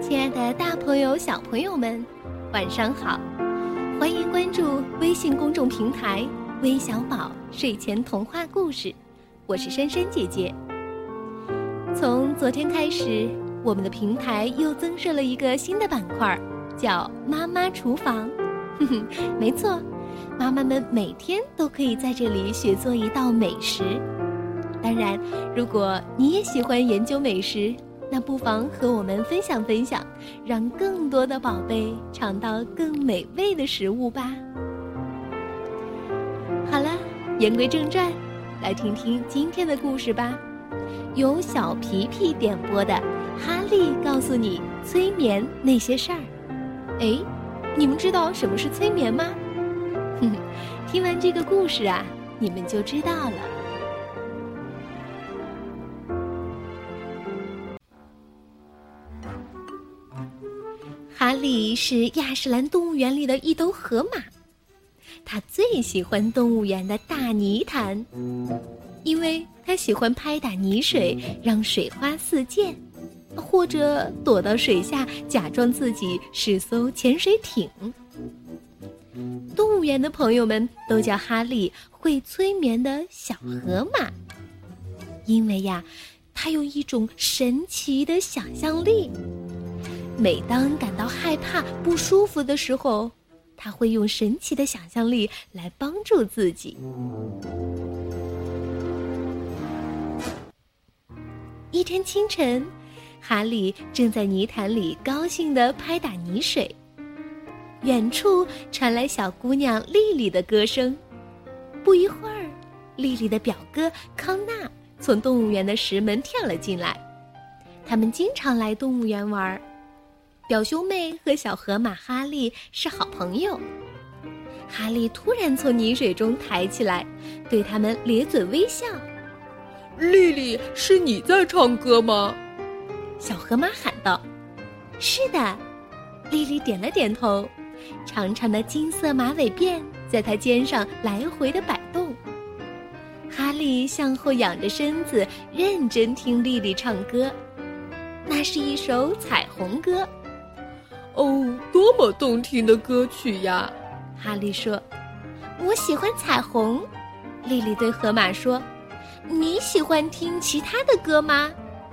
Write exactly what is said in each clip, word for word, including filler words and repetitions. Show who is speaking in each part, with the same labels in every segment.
Speaker 1: 亲爱的大朋友小朋友们，晚上好，欢迎关注微信公众平台微小宝睡前童话故事，我是珊珊姐姐。从昨天开始，我们的平台又增设了一个新的板块，叫妈妈厨房。哼哼，没错，妈妈们每天都可以在这里学做一道美食。当然，如果你也喜欢研究美食，那不妨和我们分享分享，让更多的宝贝尝到更美味的食物吧。好了，言归正传，来听听今天的故事吧。由小皮皮点播的《哈利告诉你催眠那些事儿》。哎，你们知道什么是催眠吗？哼哼，听完这个故事啊，你们就知道了。哈利是亚什兰动物园里的一头河马，他最喜欢动物园的大泥潭，因为他喜欢拍打泥水，让水花四溅，或者躲到水下，假装自己是艘潜水艇。动物园的朋友们都叫哈利会催眠的小河马，因为呀，他有一种神奇的想象力。每当感到害怕、不舒服的时候，他会用神奇的想象力来帮助自己。一天清晨，哈利正在泥潭里高兴地拍打泥水，远处传来小姑娘莉莉的歌声。不一会儿，莉莉的表哥康纳从动物园的石门跳了进来。他们经常来动物园玩，表兄妹和小河马哈利是好朋友。哈利突然从泥水中抬起来，对他们咧嘴微笑。
Speaker 2: 莉莉，是你在唱歌吗？
Speaker 1: 小河马喊道。是的，莉莉点了点头，长长的金色马尾辫在她肩上来回地摆动。哈利向后仰着身子，认真听莉莉唱歌。那是一首彩虹歌。
Speaker 2: 哦，多么动听的歌曲呀！
Speaker 1: 哈利说。我喜欢彩虹。莉莉对河马说。你喜欢听其他的歌吗？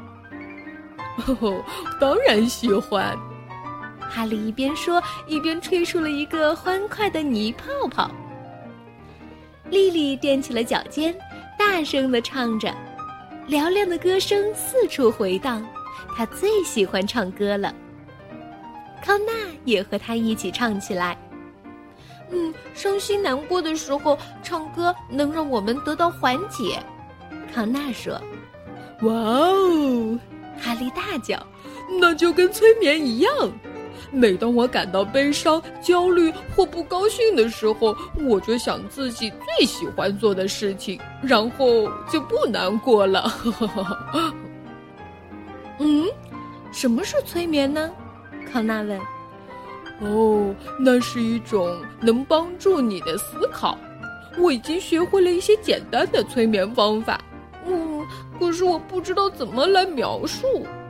Speaker 2: 哦，当然喜欢。
Speaker 1: 哈利一边说，一边吹出了一个欢快的泥泡泡。莉莉踮起了脚尖，大声地唱着，嘹亮的歌声四处回荡，她最喜欢唱歌了。康纳也和他一起唱起来。嗯，伤心难过的时候，唱歌能让我们得到缓解。康纳说。
Speaker 2: 哇哦！
Speaker 1: 哈利大叫。
Speaker 2: 那就跟催眠一样。每当我感到悲伤、焦虑或不高兴的时候，我就想自己最喜欢做的事情，然后就不难过了。
Speaker 1: 嗯，什么是催眠呢？康纳问。
Speaker 2: 哦，那是一种能帮助你的思考。我已经学会了一些简单的催眠方法。嗯，可是我不知道怎么来描述。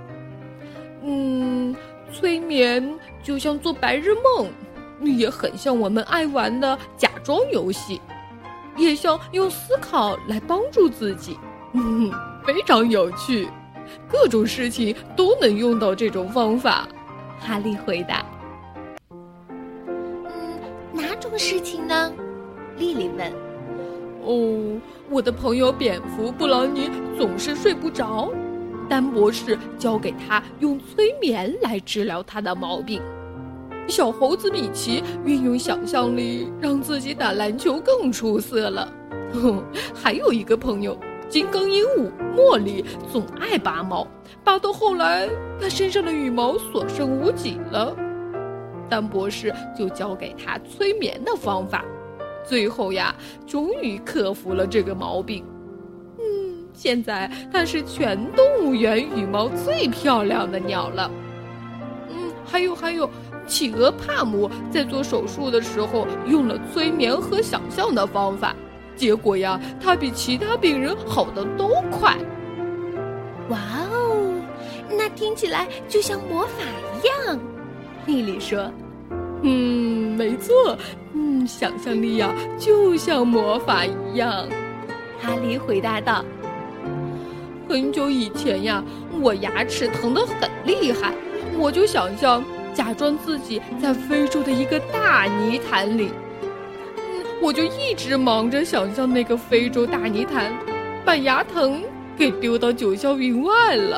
Speaker 2: 嗯，催眠就像做白日梦，也很像我们爱玩的假装游戏，也像用思考来帮助自己。嗯，非常有趣，各种事情都能用到这种方法。
Speaker 1: 哈利回答。嗯，哪种事情呢？莉莉问。
Speaker 2: 哦，我的朋友蝙蝠布朗尼总是睡不着，丹博士教给他用催眠来治疗他的毛病。小猴子米奇运用想象力让自己打篮球更出色了。哼，还有一个朋友金刚鹦鹉茉莉总爱拔毛，拔到后来他身上的羽毛所剩无几了。丹博士就教给他催眠的方法，最后呀，终于克服了这个毛病。嗯，现在它是全动物园羽毛最漂亮的鸟了。嗯，还有还有，企鹅帕姆在做手术的时候用了催眠和想象的方法，结果呀，他比其他病人好得都快。
Speaker 1: 哇哦， 那听起来就像魔法一样。莉莉说。
Speaker 2: 嗯，没错，嗯，想象力呀，就像魔法一样。
Speaker 1: 哈利回答道。
Speaker 2: 很久以前呀，我牙齿疼得很厉害，我就想象假装自己在非洲的一个大泥潭里，嗯，我就一直忙着想象那个非洲大泥潭，把牙疼给丢到九霄云外了。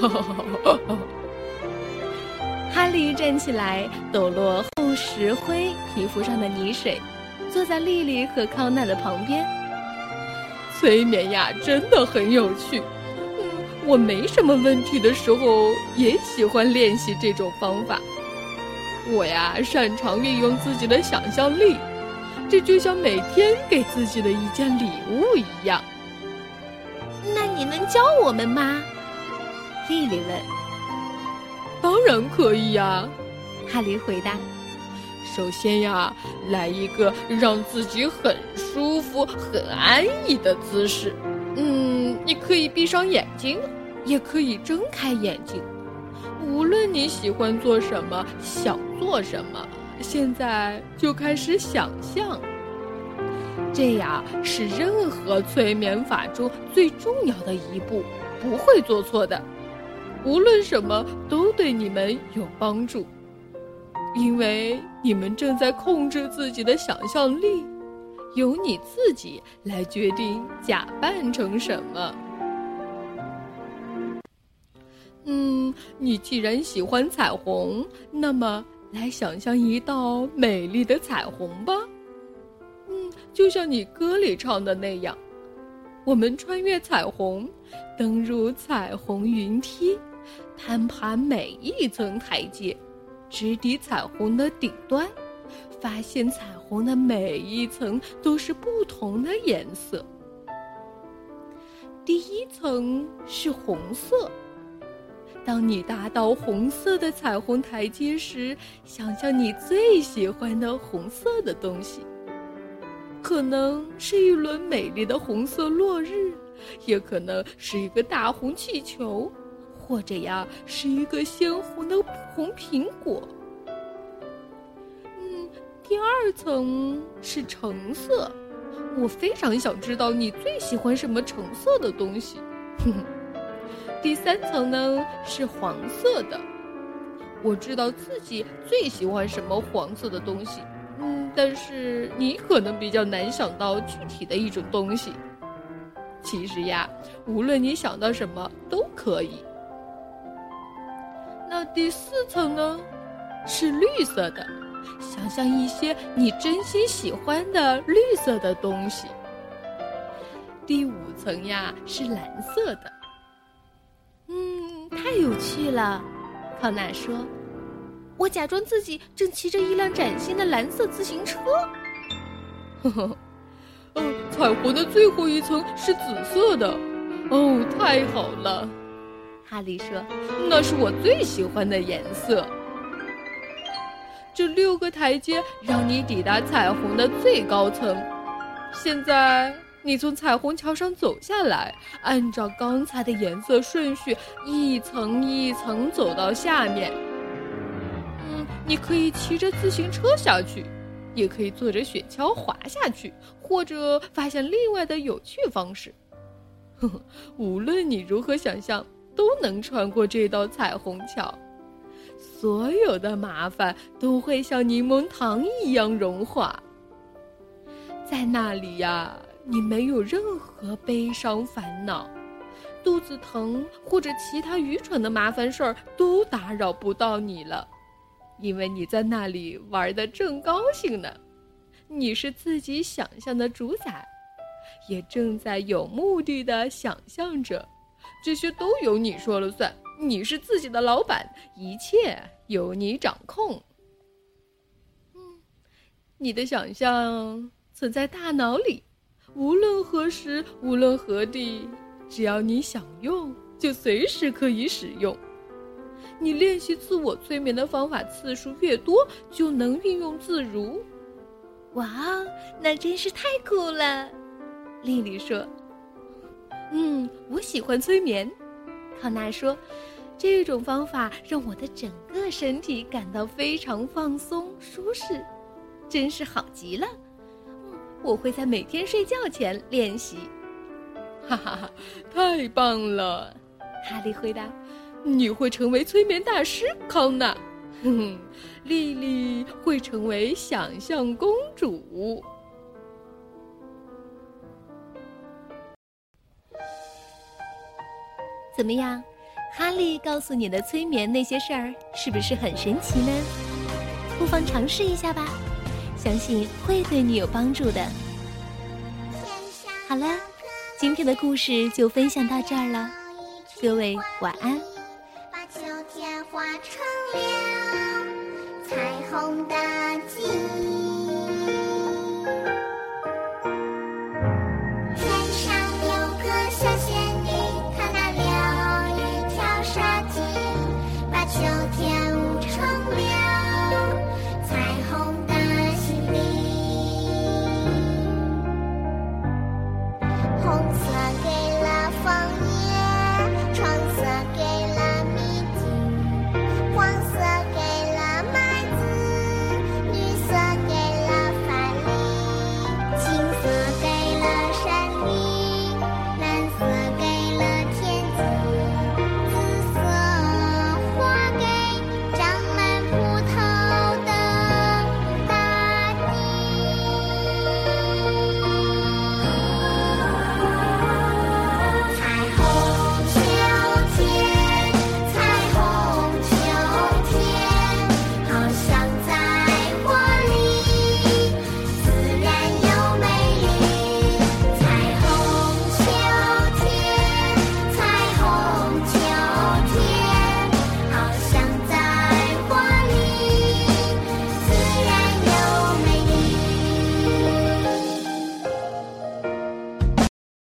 Speaker 1: 哈利站起来，抖落厚石灰皮肤上的泥水，坐在莉莉和康纳的旁边。
Speaker 2: 催眠呀，真的很有趣。嗯，我没什么问题的时候，也喜欢练习这种方法。我呀，擅长运用自己的想象力，这就像每天给自己的一件礼物一样。
Speaker 1: 那你能教我们吗？莉莉问。
Speaker 2: 当然可以呀，
Speaker 1: 哈利回答。
Speaker 2: 首先呀，来一个让自己很舒服、很安逸的姿势。嗯，你可以闭上眼睛，也可以睁开眼睛。无论你喜欢做什么，想做什么，现在就开始想象。这呀，是任何催眠法中最重要的一步，不会做错的。无论什么都对你们有帮助，因为你们正在控制自己的想象力，由你自己来决定假扮成什么。嗯，你既然喜欢彩虹，那么来想象一道美丽的彩虹吧。嗯，就像你歌里唱的那样，我们穿越彩虹，登入彩虹云梯，攀爬每一层台阶，直抵彩虹的顶端，发现彩虹的每一层都是不同的颜色。第一层是红色。当你达到红色的彩虹台阶时，想象你最喜欢的红色的东西，可能是一轮美丽的红色落日，也可能是一个大红气球，或者呀是一个鲜红的红苹果。嗯，第二层是橙色，我非常想知道你最喜欢什么橙色的东西。哼哼。第三层呢是黄色的，我知道自己最喜欢什么黄色的东西，嗯，但是你可能比较难想到具体的一种东西。其实呀，无论你想到什么都可以。那第四层呢是绿色的，想象一些你真心喜欢的绿色的东西。第五层呀是蓝色的。
Speaker 1: 嗯，太有趣了，康纳说。我假装自己正骑着一辆崭新的蓝色自行车。
Speaker 2: 呵呵，哦，彩虹的最后一层是紫色的。哦，太好了，
Speaker 1: 哈利说，
Speaker 2: 那是我最喜欢的颜色。这六个台阶让你抵达彩虹的最高层。现在你从彩虹桥上走下来，按照刚才的颜色顺序，一层一层走到下面。嗯，你可以骑着自行车下去，也可以坐着雪橇滑下去，或者发现另外的有趣方式。呵呵，无论你如何想象，都能穿过这道彩虹桥。所有的麻烦都会像柠檬糖一样融化。在那里呀，你没有任何悲伤烦恼，肚子疼或者其他愚蠢的麻烦事儿都打扰不到你了，因为你在那里玩得正高兴呢。你是自己想象的主宰，也正在有目的地想象着，这些都由你说了算，你是自己的老板，一切由你掌控。嗯，你的想象存在大脑里，无论何时，无论何地，只要你想用，就随时可以使用。你练习自我催眠的方法次数越多，就能运用自如。
Speaker 1: 哇，那真是太酷了，莉莉说。嗯，我喜欢催眠，康纳说， 这种方法让我的整个身体感到非常放松舒适，真是好极了。嗯，我会在每天睡觉前练习。
Speaker 2: 哈哈哈，太棒了！
Speaker 1: 哈利回答。
Speaker 2: 你会成为催眠大师，康纳。哼哼，莉莉会成为想象公主。
Speaker 1: 怎么样？哈利告诉你的催眠那些事儿，是不是很神奇呢？不妨尝试一下吧，相信会对你有帮助的。好了，今天的故事就分享到这儿了，各位晚安。
Speaker 3: 把秋天画成了彩虹的